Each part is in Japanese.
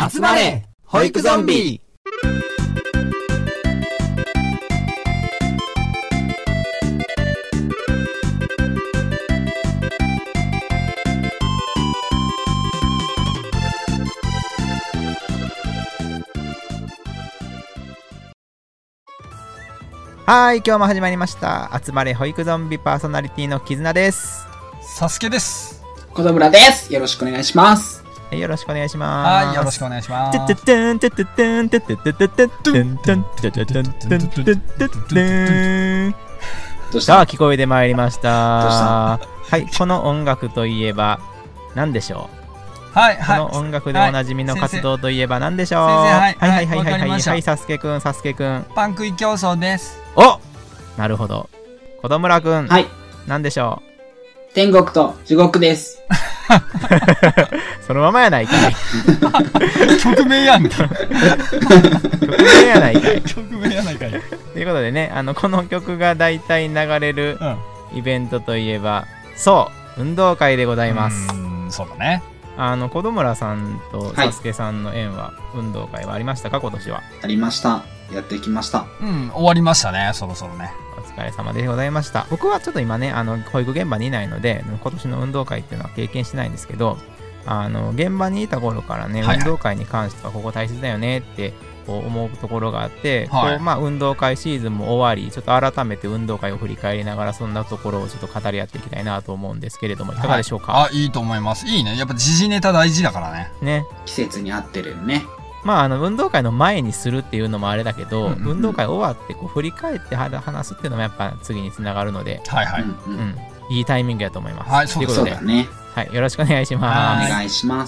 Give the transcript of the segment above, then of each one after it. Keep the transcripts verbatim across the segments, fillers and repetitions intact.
集まれ保育ゾンビ。 はい、今日も始まりました集まれ保育ゾンビ、パーソナリティの絆です。 サスケです。 小田村です。よろしくお願いします。 よろしくお願いします。 はい、よろしくお願いします。 さあ、聞こえてまいりました。はい、この音楽といえば何でしょう。 はいはい、 この音楽でおなじみの活動といえば何でしょう。 はいはいはいはいはいはいはい、サスケくんサスケくん。 パン食い競争です。 お、なるほど。小田村くん、 はい、何でしょう。 天国と地獄です。 そのままやないかい。 曲名やんか。 曲名やないかい。 曲名やないかい。 ということでね、あのこの曲がだいたい流れるイベントといえば、うん、そう運動会でございます。 うーん、そうだね。 あの小戸村さんとサスケさんの縁は、はい、運動会はありましたか？今年は。 ありました。やってきました。 うん、終わりましたね。そろそろね。 お疲れ様でございました。僕はちょっと今ね、あの保育現場にいないので今年の運動会っていうのは経験してないんですけど、あの現場にいた頃からね、はいはい、運動会に関してはここ大切だよねってこう思うところがあって、はい、こうまあ、運動会シーズンも終わり、ちょっと改めて運動会を振り返りながらそんなところをちょっと語り合っていきたいなと思うんですけれども、いかがでしょうか？ はい、あ、いいと思います。いいね。やっぱ時事ネタ大事だからね。 ね。 季節に合ってるよね。 まあ、あの運動会の前にするっていうのもあれだけど、うんうんうん、運動会終わってこう振り返って話すっていうのもやっぱ次につながるので、 はいはい、 うんうん、いいタイミングやと思います。 はい、 そういうことで、 そうだね。 はい、よろしくお願いします。 お願いします。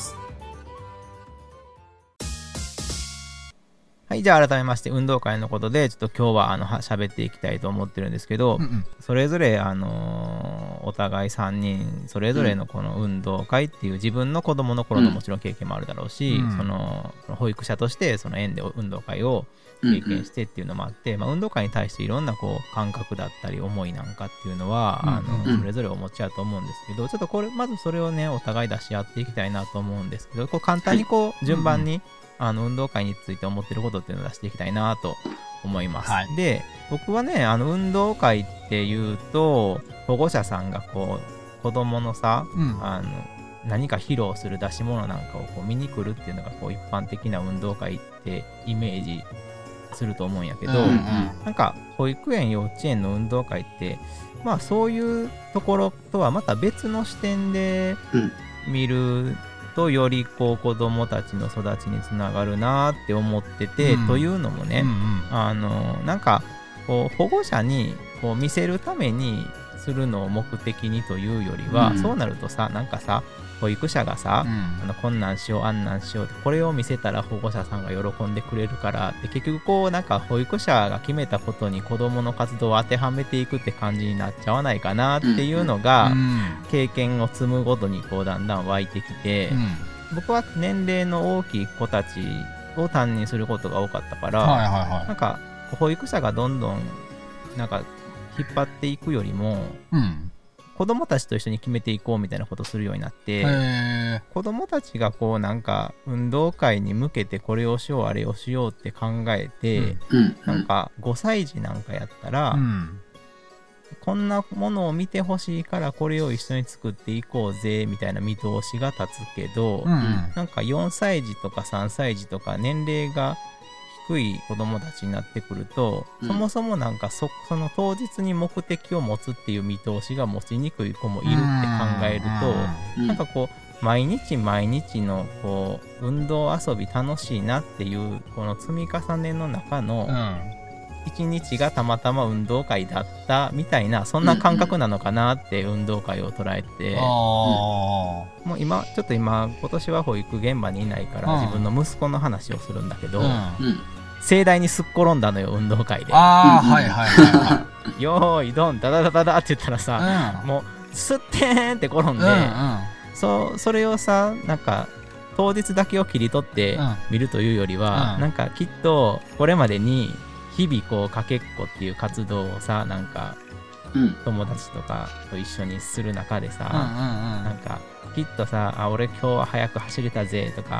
はい、じゃあ改めまして運動会のことでちょっと今日はあの喋っていきたいと思ってるんですけど、うんうん、それぞれ、あのー、お互いさんにんそれぞれのこの運動会っていう自分の子供の頃のもちろん経験もあるだろうし、うん、その保育者としてその園で運動会を経験してっていうのもあって、うんうん、まあ、運動会に対していろんなこう感覚だったり思いなんかっていうのは、うんうん、あのそれぞれお持ちだと思うんですけど、ちょっとこれまずそれをねお互い出し合っていきたいなと思うんですけど、こう簡単にこう、はい、順番に、うんうん、あの運動会について思ってることっていうのを出していきたいなと思います、はい、で僕はね、あの運動会っていうと保護者さんがこう子供のさ、うん、あの何か披露する出し物なんかをこう見に来るっていうのがこう一般的な運動会ってイメージすると思うんやけど、うんうん、なんか保育園幼稚園の運動会ってまあそういうところとはまた別の視点で見る、うんとよりこう子どもたちの育ちにつながるなって思ってて、うん、というのもね、うんうん、あのなんかこう保護者にこう見せるためにするのを目的にというよりは、うん、そうなるとさ、なんかさ保育者がさ、うん、あのこんなんしようあんなんしようってこれを見せたら保護者さんが喜んでくれるからって結局こうなんか保育者が決めたことに子どもの活動を当てはめていくって感じになっちゃわないかなっていうのが、うん、経験を積むごとにこうだんだん湧いてきて、うん、僕は年齢の大きい子たちを担任することが多かったから、はいはいはい、なんか保育者がどんどんなんか引っ張っていくよりも、うん、子供たちと一緒に決めていこうみたいなことをするようになって、子供たちがこうなんか運動会に向けてこれをしようあれをしようって考えて、うん、なんかごさい児なんかやったら、うん、こんなものを見てほしいからこれを一緒に作っていこうぜみたいな見通しが立つけど、うん、なんかよんさい児とかさんさい児とか年齢が低い子供たちになってくると、うん、そもそもなんか そ, その当日に目的を持つっていう見通しが持ちにくい子もいるって考えると、なんかこう毎日毎日のこう運動遊び楽しいなっていうこの積み重ねの中の一日がたまたま運動会だったみたいな、そんな感覚なのかなって運動会を捉えて、うんうん、もう今ちょっと今今年は保育現場にいないから自分の息子の話をするんだけど、うん、盛大にすっ転んだのよ運動会で。 あー、はいはいはいはいよーいドンダダダダダって言ったらさ、うん、もうスッテーンって転んで、うんうん、そ, それをさなんか当日だけを切り取って見るというよりは、うん、なんかきっとこれまでに日々こうかけっこっていう活動をさなんか、うん、友達とかと一緒にする中でさ、うんうんうん、なんかきっとさあ俺今日は早く走れたぜとか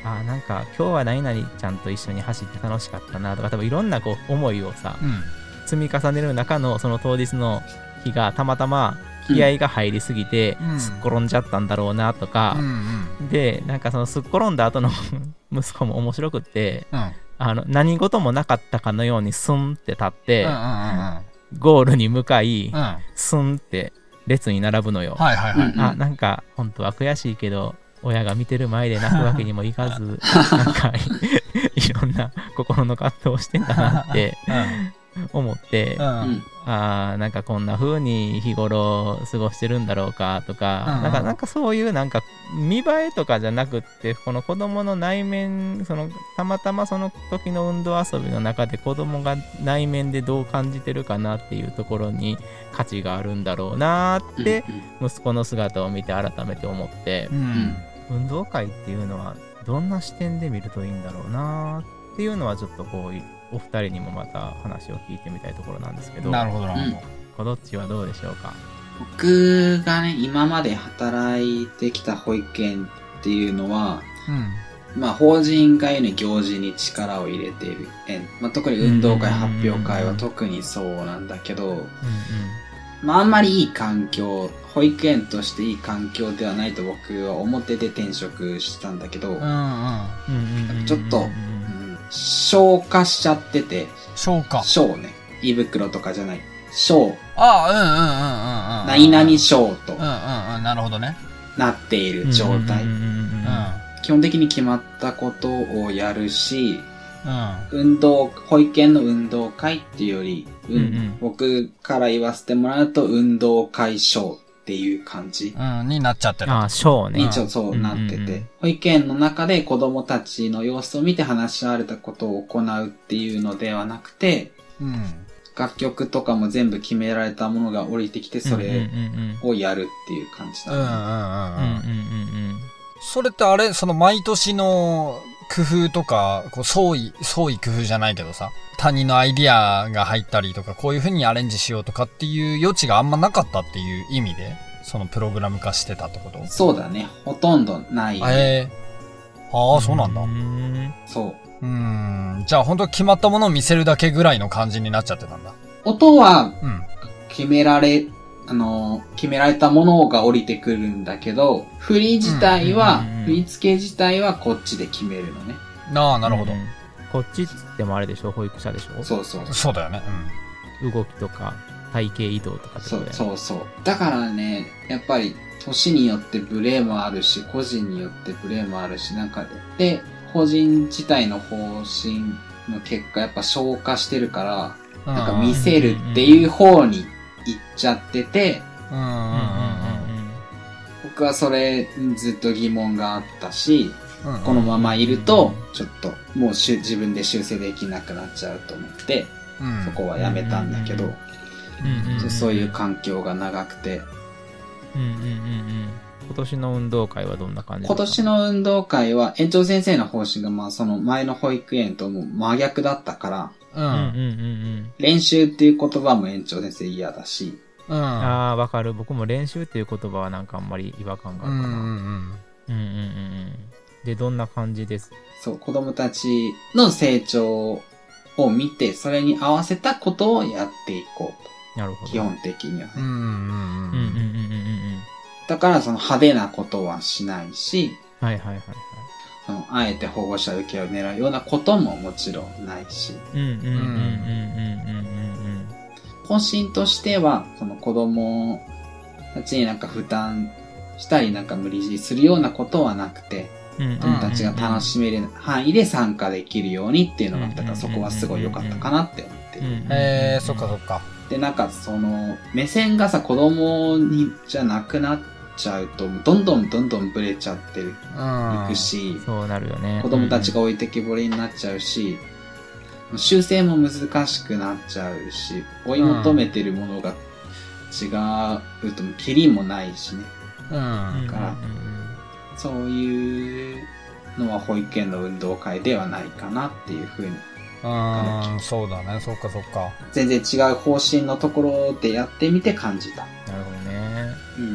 あなんか今日は何々ちゃんと一緒に走って楽しかったなとか、多分いろんなこう思いをさ、 うん。 積み重ねる中のその当日の日がたまたま気合が入りすぎて、 うんすっ転んじゃったんだろうなとか、 うんうん。 でなんかそのすっ転んだ後の息子も面白くって、 うん。 あの何事もなかったかのようにスンって立って、 うんうんうんうん。 ゴールに向かい、 うん。はいスンって列に並ぶのよ。 はいはい。 うんあなんか本当は悔しいけど親が見てる前で泣くわけにもいかずなんかいろんな心の葛藤をしてんだなって思って、 うん。う。 うんん。 あーなんかこんな風に日頃過ごしてるんだろうかとか、 うんなんかなんかそういうなんか見栄えとかじゃなくって、この子供の内面、そのたまたまその時の運動遊びの中で子供が内面でどう感じてるかなっていうところに価値があるんだろうなーって息子の姿を見て改めて思って、 うん。 運動会っていうのはどんな視点で見るといいんだろうなーっていうのはちょっとこうお二人にもまた話を聞いてみたいところなんですけど、 なるほどなるほど。 こどっちはどうでしょうか。 僕がね、今まで働いてきた保育園っていうのは、 うん。 まあ、法人がの行事に力を入れている園。まあ、特に運動会、 うん発表会は特にそうなんだけど、 うんまあ、あんまりいい環境、保育園としていい環境ではないと僕は思ってて転職したんだけど、 うんうん。 うんうんうんちょっとうんうん消化しちゃってて、 消化。 小ね。胃袋とかじゃない。小、 ああ、うんうんうんうんうん。 何々小とうんうんうん。なるほどね。 なっている状態うんうんうんうん基本的に決まったことをやるし、 うん。 運動、保育園の運動会っていうより、うんうんうん僕から言わせてもらうと運動会小っていう感じうん。うん。になっちゃってる。 ああ、ショーね。 にちょっとそうなってて、 うんうんうん保育園の中で子供たちの様子を見て話し合われたことを行うっていうのではなくて、 うん。 楽曲とかも全部決められたものが降りてきてそれうんうんをやるっていう感じだね。 うんうんうんうんうんうんうんそれってあれ、その毎年の工夫とか、こう、創意、創意工夫じゃないけどさ、他人のアイディアが入ったりとか、こういう風にアレンジしようとかっていう余地があんまなかったっていう意味で、そのプログラム化してたってこと？ そうだね。ほとんどない。 ええああ、そうなんだ。 ううんそう。 ーん。じゃあ本当決まったものを見せるだけぐらいの感じになっちゃってたんだ。 音はうん。 決められ、あの、決められたものが降りてくるんだけど、振り自体は、 うんうんうんうん振り付け自体はこっちで決めるのね。 ああ、なるほどう。んこっちっつってもあれでしょ、保育者でしょ。 そうそう。 そうだよね。 動きとか体型移動とかってそうことだよね。 そうそう。だからね、やっぱり、年によってブレもあるし、個人によってブレもあるし、なんかで、で、個人自体の方針の結果、やっぱ消化してるから、 うん。 なんか見せるっていう方に行っちゃってて、 うんうんうんうん僕はそれずっと疑問があったし、 うん。 このままいると、ちょっともうしゅ自分で修正できなくなっちゃうと思って、 うん、 そこはやめたんだけど、 うんうんうんそういう環境が長くて、 うんうんうんうん今年の運動会はどんな感じ今年の運動会は園長先生の方針がまあその前の保育園とも真逆だったから、 うん。 うんうんうんうん練習っていう言葉も園長先生嫌だし、 うん。 ああわかる。僕も練習っていう言葉はなんかあんまり違和感があるかな。 うんうんうん。 うんうんうんうんでどんな感じです。 そう、子供たちの成長を見て、それに合わせたことをやっていこうと。 なるほど。 基本的にはね。 うんうんうんうんうんうんうんうんだからその派手なことはしないし、 はいはいはいはい。 そのあえて保護者受けを狙うようなことももちろんないし、 うんうんうんうんうんうんうん方針としては、その子供たちになんか負担したりなんか無理強いするようなことはなくて、 うんうんうん子供たちが楽しめる範囲で参加できるようにっていうのがあったから、そこはすごい良かったかなって思ってる。 へえ、そっかそっか。 で、なんかその、目線がさ、子供にじゃなくなっちゃうと、どんどんどんどんブレちゃってる、 うん。 いくし、 そうなるよね。 子供たちが置いてけぼりになっちゃうし、修正も難しくなっちゃうし、追い求めてるものが違うと、キリもないしね。 うん。 うんからそういうのは保育園の運動会ではないかなっていうふうに。 うん、そうだね。そっかそっか。 全然違う方針のところでやってみて感じた。 なるほどね。 うん。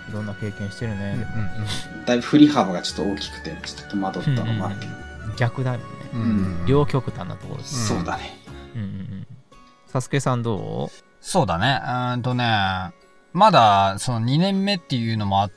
いろんな経験してるね、 うんうんだいぶ振り幅がちょっと大きくてちょっと戸惑ったのもあるけど、 うんうん、逆だよね、 うんうん、 両極端なところです、 うん、そうだね。 うんうんうん。サスケさんどう？ そうだね。うーんとね、まだそのにねんめっていうのもあって、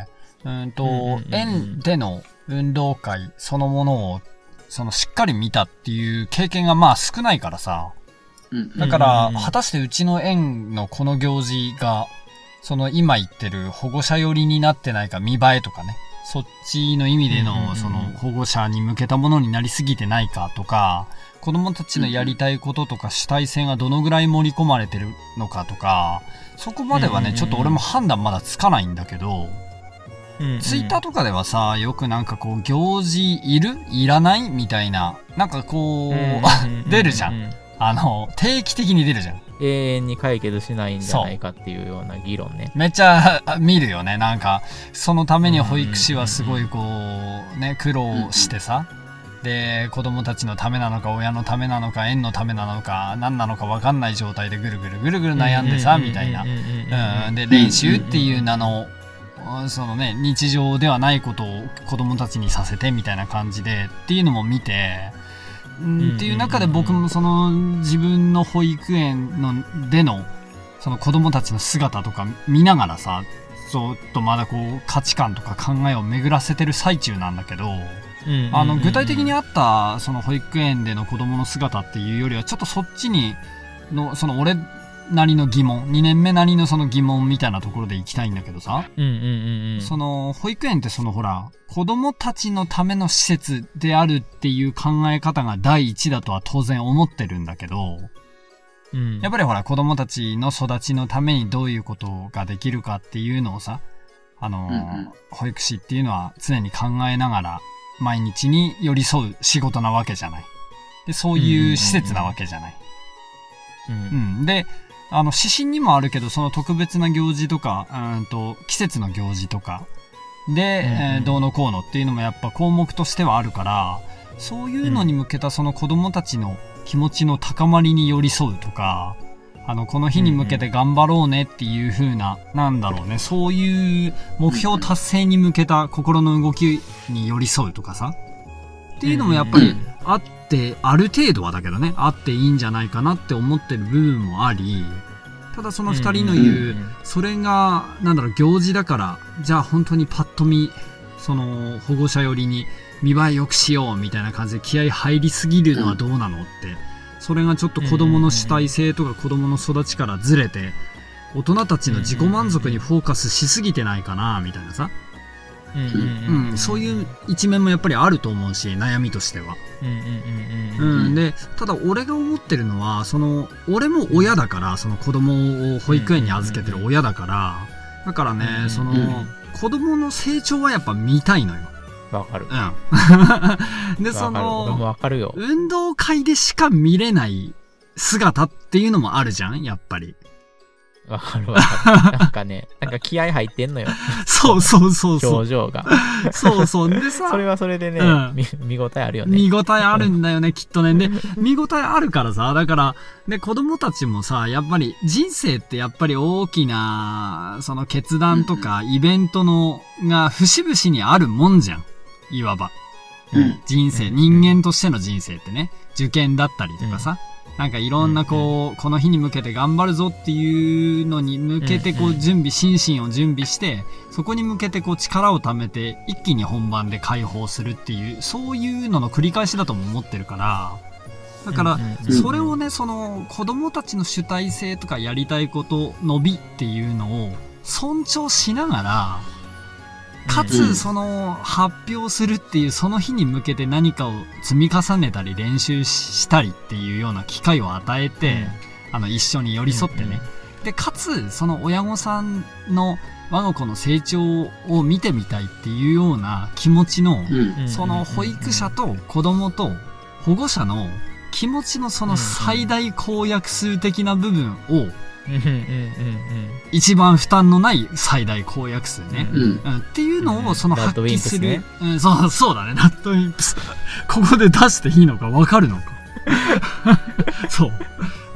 うんと、うんうんうんうん、園での運動会そのものをそのしっかり見たっていう経験がまあ少ないからさ。だから、うんうんうん、果たしてうちの園のこの行事が、その今言ってる保護者寄りになってないか見栄えとかね。そっちの意味でのその保護者に向けたものになりすぎてないかとか、子供たちのやりたいこととか主体性がどのぐらい盛り込まれてるのかとか、そこまではね、ちょっと俺も判断まだつかないんだけど、ツイッターとかではさ、よくなんかこう行事いる？いらない？みたいな、なんかこう、出るじゃん。あの、定期的に出るじゃん。 永遠に解決しないんじゃないかっていうような議論ね。 めっちゃ見るよね。なんか、そのために保育士はすごいこう、ね、苦労してさ。で、子供たちのためなのか、親のためなのか、園のためなのか、何なのか分かんない状態でぐるぐるぐるぐる悩んでさ、みたいな。うん。で、練習っていう名の、そのね、日常ではないことを子供たちにさせてみたいな感じで、っていうのも見て、うんっていう中で僕もその自分の保育園のでのその子供たちの姿とか見ながらさ、ちょっとまだこう価値観とか考えを巡らせてる最中なんだけど、あの具体的にあったその保育園での子供の姿っていうよりはちょっとそっちにのその俺なりの疑問、にねんめなりのその疑問みたいなところで行きたいんだけどさ、 うんうんうんうん、その保育園ってそのほら子供たちのための施設であるっていう考え方が第一だとは当然思ってるんだけど、うん、やっぱりほら子供たちの育ちのためにどういうことができるかっていうのをさ、あの、うんうん、保育士っていうのは常に考えながら毎日に寄り添う仕事なわけじゃない。で、そういう施設なわけじゃない。うんうんうんうん、で、あの指針にもあるけど、その特別な行事とか、うんと季節の行事とかで、うんうんえー、どうのこうのっていうのもやっぱ項目としてはあるから、そういうのに向けたその子供たちの気持ちの高まりに寄り添うとか、あのこの日に向けて頑張ろうねっていう風な、うんうん、なんだろうね、そういう目標達成に向けた心の動きに寄り添うとかさ、っていうのもやっぱりあって、ある程度はだけどね、あっていいんじゃないかなって思ってる部分もあり、ただその二人の言う、それがなんだろう行事だから、じゃあ本当にパッと見その保護者寄りに見栄え良くしようみたいな感じで気合入りすぎるのはどうなのって、それがちょっと子供の主体性とか子供の育ちからずれて、大人たちの自己満足にフォーカスしすぎてないかなみたいなさ、うんうんうん、そういう一面もやっぱりあると思うし、悩みとしては。うん、で、ただ俺が思ってるのは、その俺も親だから、その子供を保育園に預けてる親だから、だからね、うん、その子供の成長はやっぱ見たいのよ。 わかる。 うん。で、そのわかるよ。 運動会でしか見れない姿っていうのもあるじゃん、やっぱり。 わかるわかる。なんかね、なんか気合入ってんのよ。 そうそうそうそう。 表情が。 そうそう。でさ。 それはそれでね、うん、見, 見応えあるよね。 見応えあるんだよね、きっとね。で、見応えあるからさ、だから、で、子供たちもさ、やっぱり人生ってやっぱり大きな、その決断とかイベントの、が節々にあるもんじゃん。いわば。うん、人生、人間としての人生ってね、受験だったりとかさ。うんなんかいろんなこう、この日に向けて頑張るぞっていうのに向けてこう準備、心身を準備して、そこに向けてこう力を貯めて一気に本番で解放するっていう、そういうのの繰り返しだとも思ってるから、だから、それをね、その子供たちの主体性とかやりたいこと、伸びっていうのを尊重しながら、かつその発表するっていうその日に向けて何かを積み重ねたり練習したりっていうような機会を与えて、うん、あの一緒に寄り添ってね、うんうん、でかつその親御さんの我が子の成長を見てみたいっていうような気持ちの、うん、その保育者と子供と保護者の気持ちのその最大公約数的な部分を一番負担のない最大公約数ね、うんうん、っていうのをその発揮する、ねうん、そうそうだね、ラッドウィンプスここで出していいのか分かるのかそう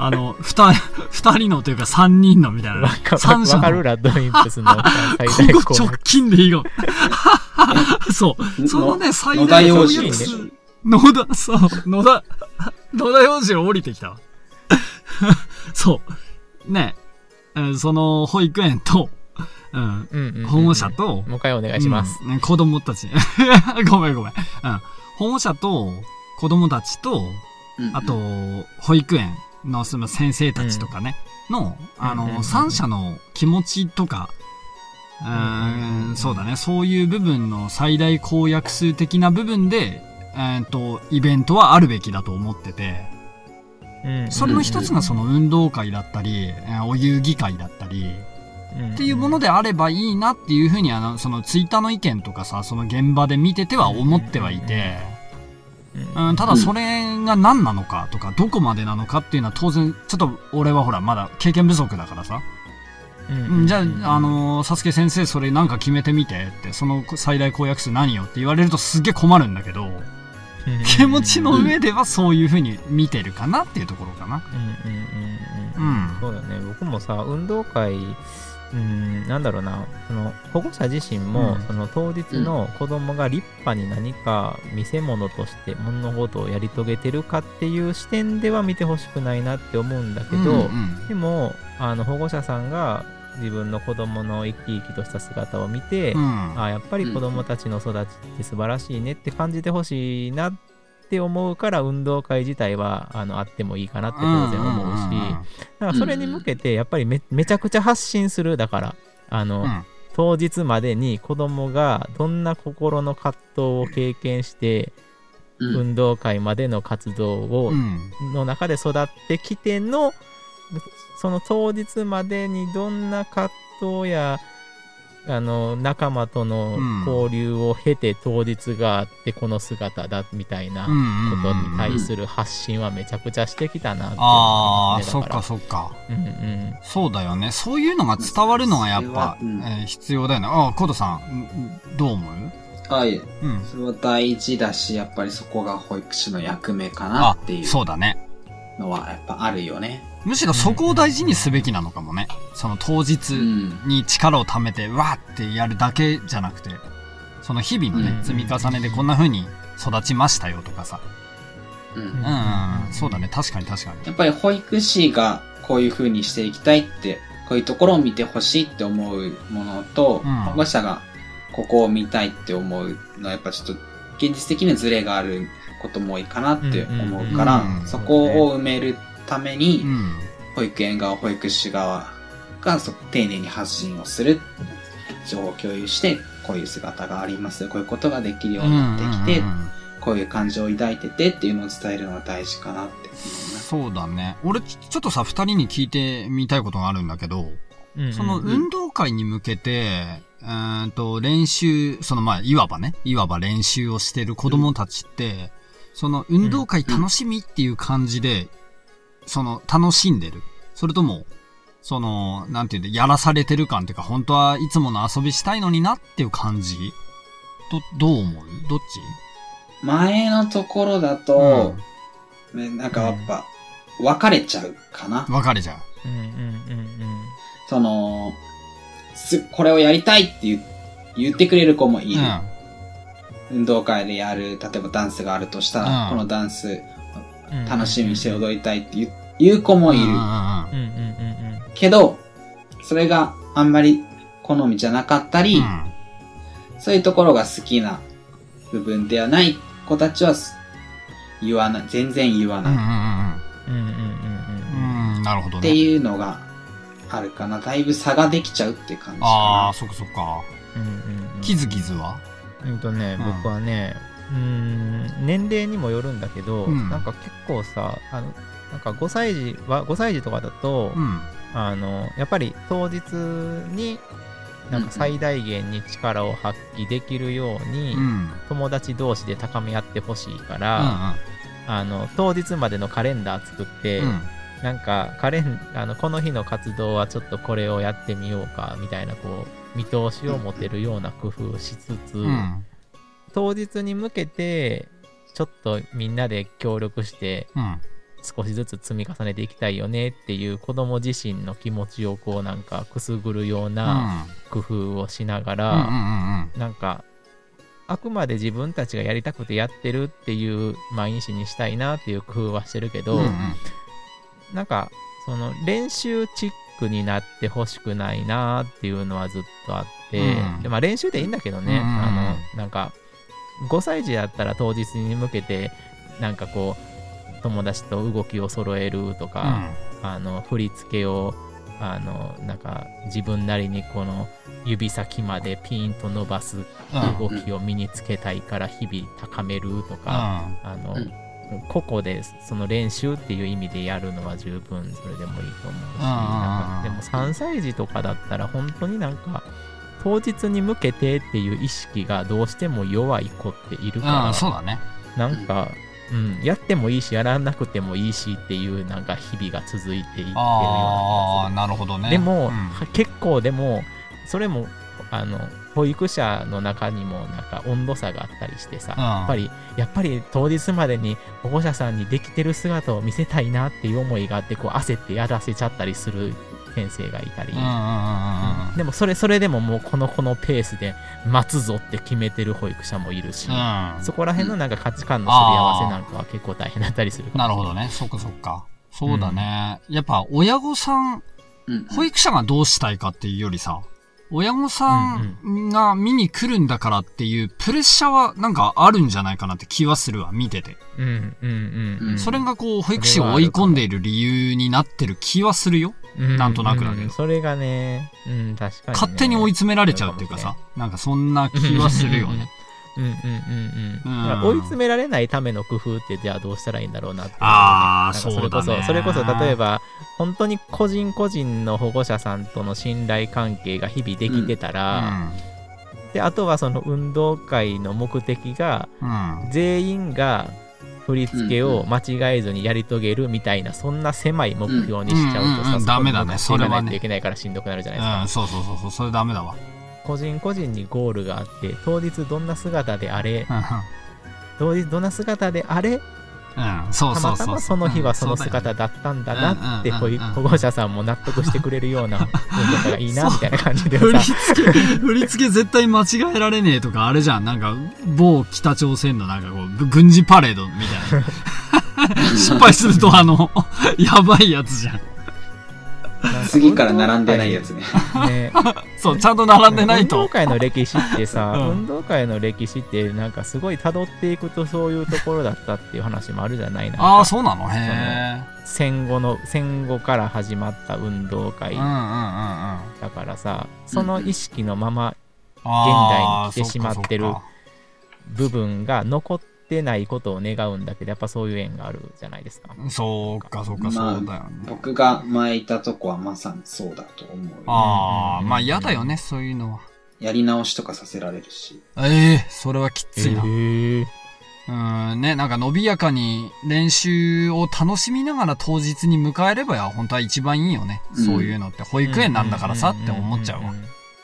あの、二、二人のというか三人のみたいな、ね。 わかるラッドウィンプスの最大ここ直近でいいかも。そう。そのね、最大公約数。野田、そう、野田、野田洋次郎降りてきたわ。そう。ね、その保育園と、うん、うんうんうん、保護者と、 もう一回お願いします。 うん、子供たち。ごめんごめん。うん。保護者と子供たちと、うんうん、あと、保育園のその先生たちとかね、うん、の、あの、うんうんうん、三者の気持ちとか、うん、うん、そうだね、そういう部分の最大公約数的な部分で、えー、とイベントはあるべきだと思ってて、うん、それの一つがその運動会だったり、お遊戯会だったり、うん、っていうものであればいいなっていうふうにあのそのツイッターの意見とかさ、その現場で見てては思ってはいて、うん、ただそれが何なのかとかどこまでなのかっていうのは当然ちょっと俺はほらまだ経験不足だからさ、うん、じゃあ、あのー、サスケ先生それなんか決めてみてって、その最大公約数何よって言われるとすっげえ困るんだけど、気持ちの上ではそういう風に見てるかなっていうところかな。 うんうんうんうん。うん、そうだね。僕もさ、運動会、うん、なんだろうな、その保護者自身も、うん、その当日の子供が立派に何か見せ物として物事をやり遂げてるかっていう視点では見てほしくないなって思うんだけど、うんうん、でもあの保護者さんが自分の子供の生き生きとした姿を見て、うん、あやっぱり子供たちの育ちって素晴らしいねって感じてほしいなって思うから、運動会自体はあのあってもいいかなって当然思うし、だからそれに向けてやっぱり め, めちゃくちゃ発信する。だからあの、うん、当日までに子供がどんな心の葛藤を経験して、うん、運動会までの活動を、うん、の中で育ってきてのその当日までにどんな葛藤やあの仲間との交流を経て当日があってこの姿だみたいなことに対する発信はめちゃくちゃしてきたなって思いますね。 ああ、そっかそっか、うんうん、そうだよね。そういうのが伝わるのがやっぱ、うんえー、必要だよね。ああ、コードさんどう思う？ あいえ、うん、それは大事だし、やっぱりそこが保育士の役目かなっていうそうだねのはやっぱあるよね。 むしろそこを大事にすべきなのかもね。その当日に力を貯めてわーってやるだけじゃなくて、その日々のね、積み重ねでこんな風に育ちましたよとかさ。うん。うん、うん、そうだね。確かに確かに。 やっぱり保育士がこういう風にしていきたいって、こういうところを見てほしいって思うものと、うん、保護者がここを見たいって思うのはやっぱちょっと現実的にズレがあることも多いかなって思うから、うんうん、そこを埋めるために、うん、保育園側、保育士側が丁寧に発信をする、情報共有して、こういう姿があります、こういうことができるようになってきて、うんうんうん、こういう感情を抱いててっていうのを伝えるのが大事かなって思います。 そうだね。俺ちょっとさ、二人に聞いてみたいことがあるんだけど、うんうんうん、その運動会に向けて、うーんと練習、そのまあいわばね、いわば練習をしてる子供たちって、うん、その運動会楽しみっていう感じで、うんその楽しんでる、それともそのなんていうんだ、やらされてる感っていうか、本当はいつもの遊びしたいのになっていう感じどどう思う？どっち？ 前のところだと、うん、なんかやっぱ、うん、分かれちゃうかな。 分かれちゃう。 うんうんうんうん。 そのこれをやりたいって言、言ってくれる子もいる、うん。運動会でやる、例えばダンスがあるとしたら、うん、このダンス楽しみにして踊りたいっていう、いう子もいる。けど、それがあんまり好みじゃなかったり、うん、そういうところが好きな部分ではない子たちは言わない、全然言わない。 なるほどね。 っていうのがあるかな。だいぶ差ができちゃうって感じかな。 ああ、そっかそっか。キズキズは？ うんとね、うん、僕はね、うーん年齢にもよるんだけど、うん、なんか結構さ、あのなんかごさい児はごさい児とかだと、うん、あのやっぱり当日になんか最大限に力を発揮できるように、うん、友達同士で高め合ってほしいから、うんうん、あの当日までのカレンダー作って、うん、なんかカレンあのこの日の活動はちょっとこれをやってみようかみたいなこう見通しを持てるような工夫をしつつ、うん当日に向けてちょっとみんなで協力して、うん、 少しずつ積み重ねていきたいよねっていう子供自身の気持ちをこうなんかくすぐるような工夫をしながら、なんかあくまで自分たちがやりたくてやってるっていう毎日にしたいなっていう工夫はしてるけど、うんうん、なんかその練習チックになってほしくないなっていうのはずっとあって、うん、でまあ練習でいいんだけどね、うんうんうん、あのなんかごさい児だったら当日に向けてなんかこう友達と動きを揃えるとか、うん、あの振り付けをあのなんか自分なりにこの指先までピーンと伸ばす動きを身につけたいから日々高めるとか、うん、あの、うん、個々でその練習っていう意味でやるのは十分それでもいいと思うし、なんかでもさんさい児とかだったら本当になんか当日に向けてっていう意識がどうしても弱い子っているから、 うん、そうだね、 なんかうん、やってもいいしやらなくてもいいしっていうなんか日々が続いていってるような気がする。 ああ、なるほどね。 でも、 うん、 結構でもそれもあの保育者の中にもなんか温度差があったりしてさ、うん、やっぱりやっぱり当日までに保護者さんにできてる姿を見せたいなっていう思いがあってこう焦ってやらせちゃったりする先生がいたり、うん、でもそれそれでももうこのこのペースで待つぞって決めてる保育者もいるし、うん、そこら辺のなんか価値観のすり合わせなんかは結構大変だったりするかもしれない。 なるほどね。そっかそっか。そうだね。うん、やっぱ親御さん、保育者がどうしたいかっていうよりさ、親御さんが見に来るんだからっていうプレッシャーはなんかあるんじゃないかなって気はするわ、見てて。 うんうんうん。 それがこう保育士を追い込んでいる理由になってる気はするよ。なんとなくだけど、うんうん、 それがね、うん、確かに、ね、 勝手に追い詰められちゃうっていうかさ、なんかそんな気はするよね。 うんうんうんうん。だから追い詰められないための工夫ってじゃあどうしたらいいんだろうなって、ね。 ああ、 そうだね。 それこそ例えば本当に個人個人の保護者さんとの信頼関係が日々できてたら、うん、であとはその運動会の目的が、うん、全員が振り付けを間違えずにやり遂げるみたいな、そんな狭い目標にしちゃうとさ、うんうんうん、 ダメだね。それはね。 ないといけないからしんどくなるじゃないですか。 うん、そうそうそうそう、それダメだわ。 個人個人にゴールがあって、当日どんな姿であれ、当日どんな姿であれ、 うん、そうそうそうそう、 たまたまその日はその姿だったんだなって保護者さんも納得してくれるような運動がいいなみたいな感じでさ、 振り付け振り付け絶対間違えられねえとかあれじゃん、なんか某北朝鮮のなんかこう軍事パレードみたいな失敗するとあのやばいやつじゃん。 次から並んでないやつね。 ねそう、ちゃんと並んでないと。 運動会の歴史ってさ、うん、運動会の歴史ってなんかすごい辿っていくとそういうところだったっていう話もあるじゃない。 ああ、そうなの。へえ。 戦後の戦後から始まった運動会、 うんうんうんうん、 だからさ、その意識のまま現代に来てしまってる部分が残ってないことを願うんだけど、やっぱそういう縁があるじゃないですか。 そうかそうか、そうだよね。 僕が前いたとこはまさにそうだと思う。 ああ、まあ嫌だよね、そういうのは。 やり直しとかさせられるし。 ええー、それはきついな。 えー、 うんね、なんか伸びやかに練習を楽しみながら当日に迎えれば本当は一番いいよね。うん、そういうのって保育園なんだからさって思っちゃうわ。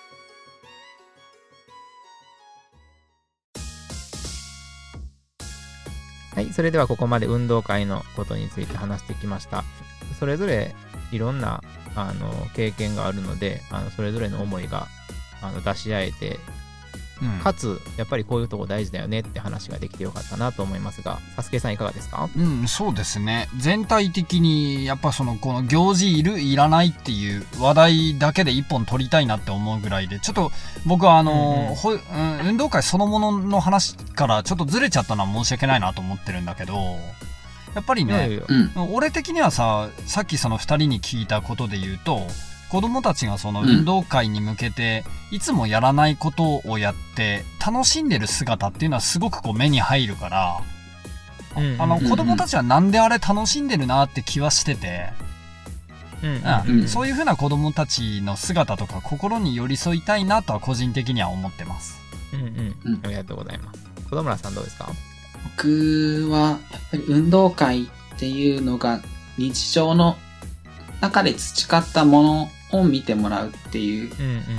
はい、それではここまで運動会のことについて話してきました。それぞれいろんなあの経験があるので、あのそれぞれの思いがあの出し合えて、うん、かつやっぱりこういうとこ大事だよねって話ができてよかったなと思いますが、サスケさんいかがですか？ うん、そうですね。全体的にやっぱそのこの行事いるいらないっていう話題だけで一本取りたいなって思うぐらいで、ちょっと僕はあの、うんうんうん、運動会そのものの話からちょっとずれちゃったのは申し訳ないなと思ってるんだけど、やっぱりね、いやいや、うん、俺的にはさ、さっきそのふたりに聞いたことで言うと、子供たちがその運動会に向けていつもやらないことをやって楽しんでる姿っていうのはすごくこう目に入るから、うん、あの子供たちはなんであれ楽しんでるなって気はしてて、うんうん、そういう風な子供たちの姿とか心に寄り添いたいなとは個人的には思ってます。 うんうん、ありがとうございます。子供らさんどうですか？ 僕はやっぱり運動会っていうのが日常の中で培ったものを見てもらうっていう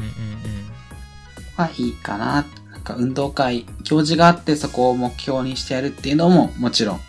はいいかな。なんか運動会行事があってそこを目標にしてやるっていうのももちろん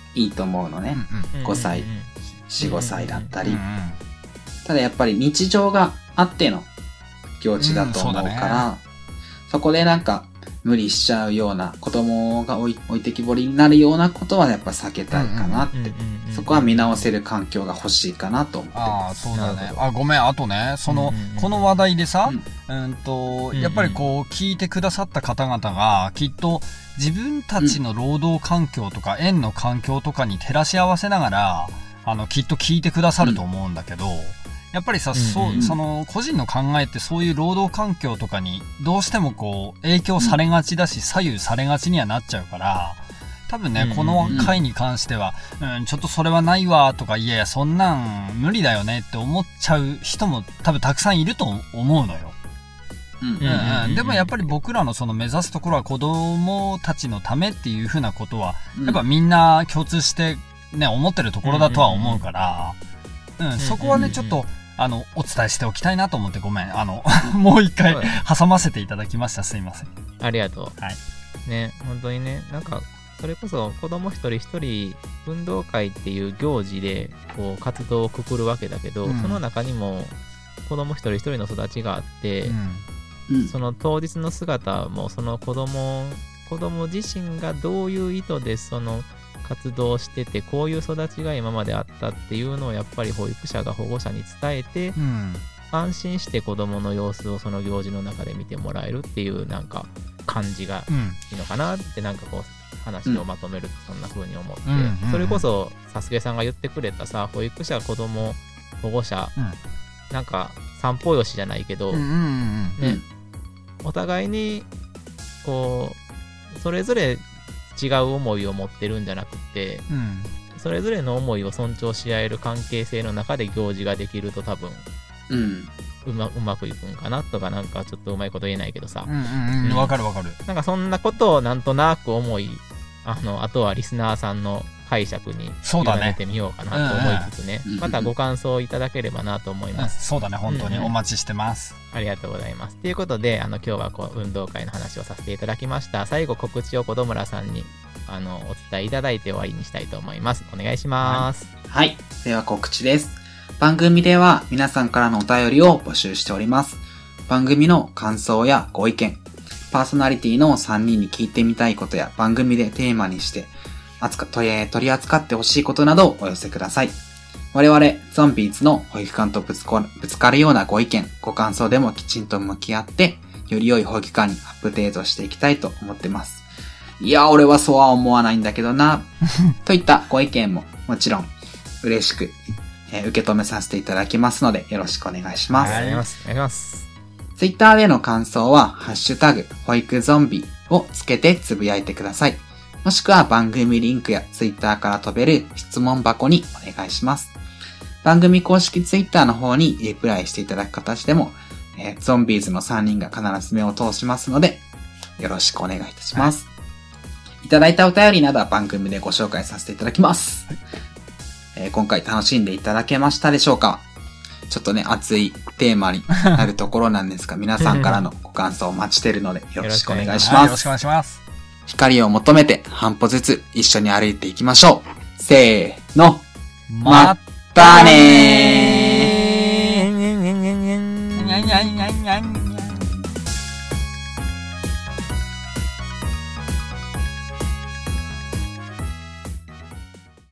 いいと思うのね。 うんごさい、 うんうんうんよん、ごさいだったり。 うんうんただやっぱり日常があっての行事だと思うから、 うんそうだねそこでなんか無理しちゃうような、子供が置い置いてきぼりになるようなことはやっぱ避けたいかなって。 うんうんうんうん、 そこは見直せる環境が欲しいかなと思ってああ、 ます。 そうだね。 なるほどあ、ごめん、あとね、その、 うんうんうんこの話題でさ、 うんうんと、 うんやっぱりこう、聞いてくださった方々が、きっと、自分たちの労働環境とか、園の環境とかに照らし合わせながら、あの、きっと聞いてくださると思うんだけど、やっぱりさ、そうんうんう、その、個人の考えってそういう労働環境とかに、どうしてもこう、影響されがちだし、左右されがちにはなっちゃうから、多分ね、 うんうんうんこの回に関しては、うん、ちょっとそれはないわとか、いやいや、そんなん無理だよねって思っちゃう人も多分たくさんいると思うのよ。 うんうんうんうんうん、でもやっぱり僕らのその目指すところは子供たちのためっていうふうなことは、 うんやっぱみんな共通してね、思ってるところだとは思うから、うん、そこはね、 うんうんうんちょっと、あの、お伝えしておきたいなと思ってごめん。あの、もう一回そうだね挟ませていただきました。すいません。 ありがとう。 はいね、本当にね、なんか、それこそ子供一人一人運動会っていう行事でこう活動をくくるわけだけど、 うんその中にも子供一人一人の育ちがあって、 うんうんその当日の姿もその子供子供自身がどういう意図でその活動をしてて、こういう育ちが今まであったっていうのをやっぱり保育者が保護者に伝えて、 うん。 安心して子供の様子をその行事の中で見てもらえるっていうなんか感じがうん。 いいのかなってなんかこう話をまとめるとそんな風に思って、 うんうんうんそれこそサスケさんが言ってくれたさ、保育者子供保護者、 うんなんか散歩よしじゃないけど、 うんうんうんね、お互いにこうそれぞれ違う思いを持ってるんじゃなくて、 うん。うん。 それぞれの思いを尊重し合える関係性の中で行事ができると多分うん。 うまうまくいくんかなとか、なんかちょっとうまいこと言えないけどさ、 うんうんうん。わかるわかる。 なんかそんなことをなんとなく思い、あの、あとはリスナーさんの解釈にそうだね委ねてみようかなと思いつつね、 うんうんまたご感想いただければなと思いうんます。 そうだね、本当にうんうんお待ちしてます。 ありがとうございます。ということで、あの、今日はこう、運動会の話をさせていただきました。最後、告知を小戸村さんに、あの、お伝えいただいて終わりにしたいと思います。お願いします。 はい。では告知です。番組では皆さんからのお便りを募集しております。番組の感想やご意見、パーソナリティのさんにんに聞いてみたいことや番組でテーマにして扱取り取り扱ってほしいことなどをお寄せください。我々ゾンビーズの保育館とぶつこぶつかるようなご意見、ご感想でもきちんと向き合って、より良い保育館にアップデートしていきたいと思ってます。いや、俺はそうは思わないんだけどな、といったご意見ももちろん嬉しく、えー受け止めさせていただきますのでよろしくお願いします。 ありがとうございます。お願いします。 ツイッターでの感想は、ハッシュタグ、保育ゾンビをつけてつぶやいてください。もしくは番組リンクやツイッターから飛べる質問箱にお願いします。番組公式ツイッターの方にリプライしていただく形でも、えーゾンビーズのさんにんが必ず目を通しますので、よろしくお願いいたします。いただいたお便りなどは番組でご紹介させていただきます。えー今回楽しんでいただけましたでしょうか？ちょっとね、熱いテーマになるところなんですが、皆さんからのご感想をお待ちしているので、よろしくお願いしはい、 ますよろしくお。願いします。 光を求めて半歩ずつ一緒に歩いていきましょう。せーの。 ままたねー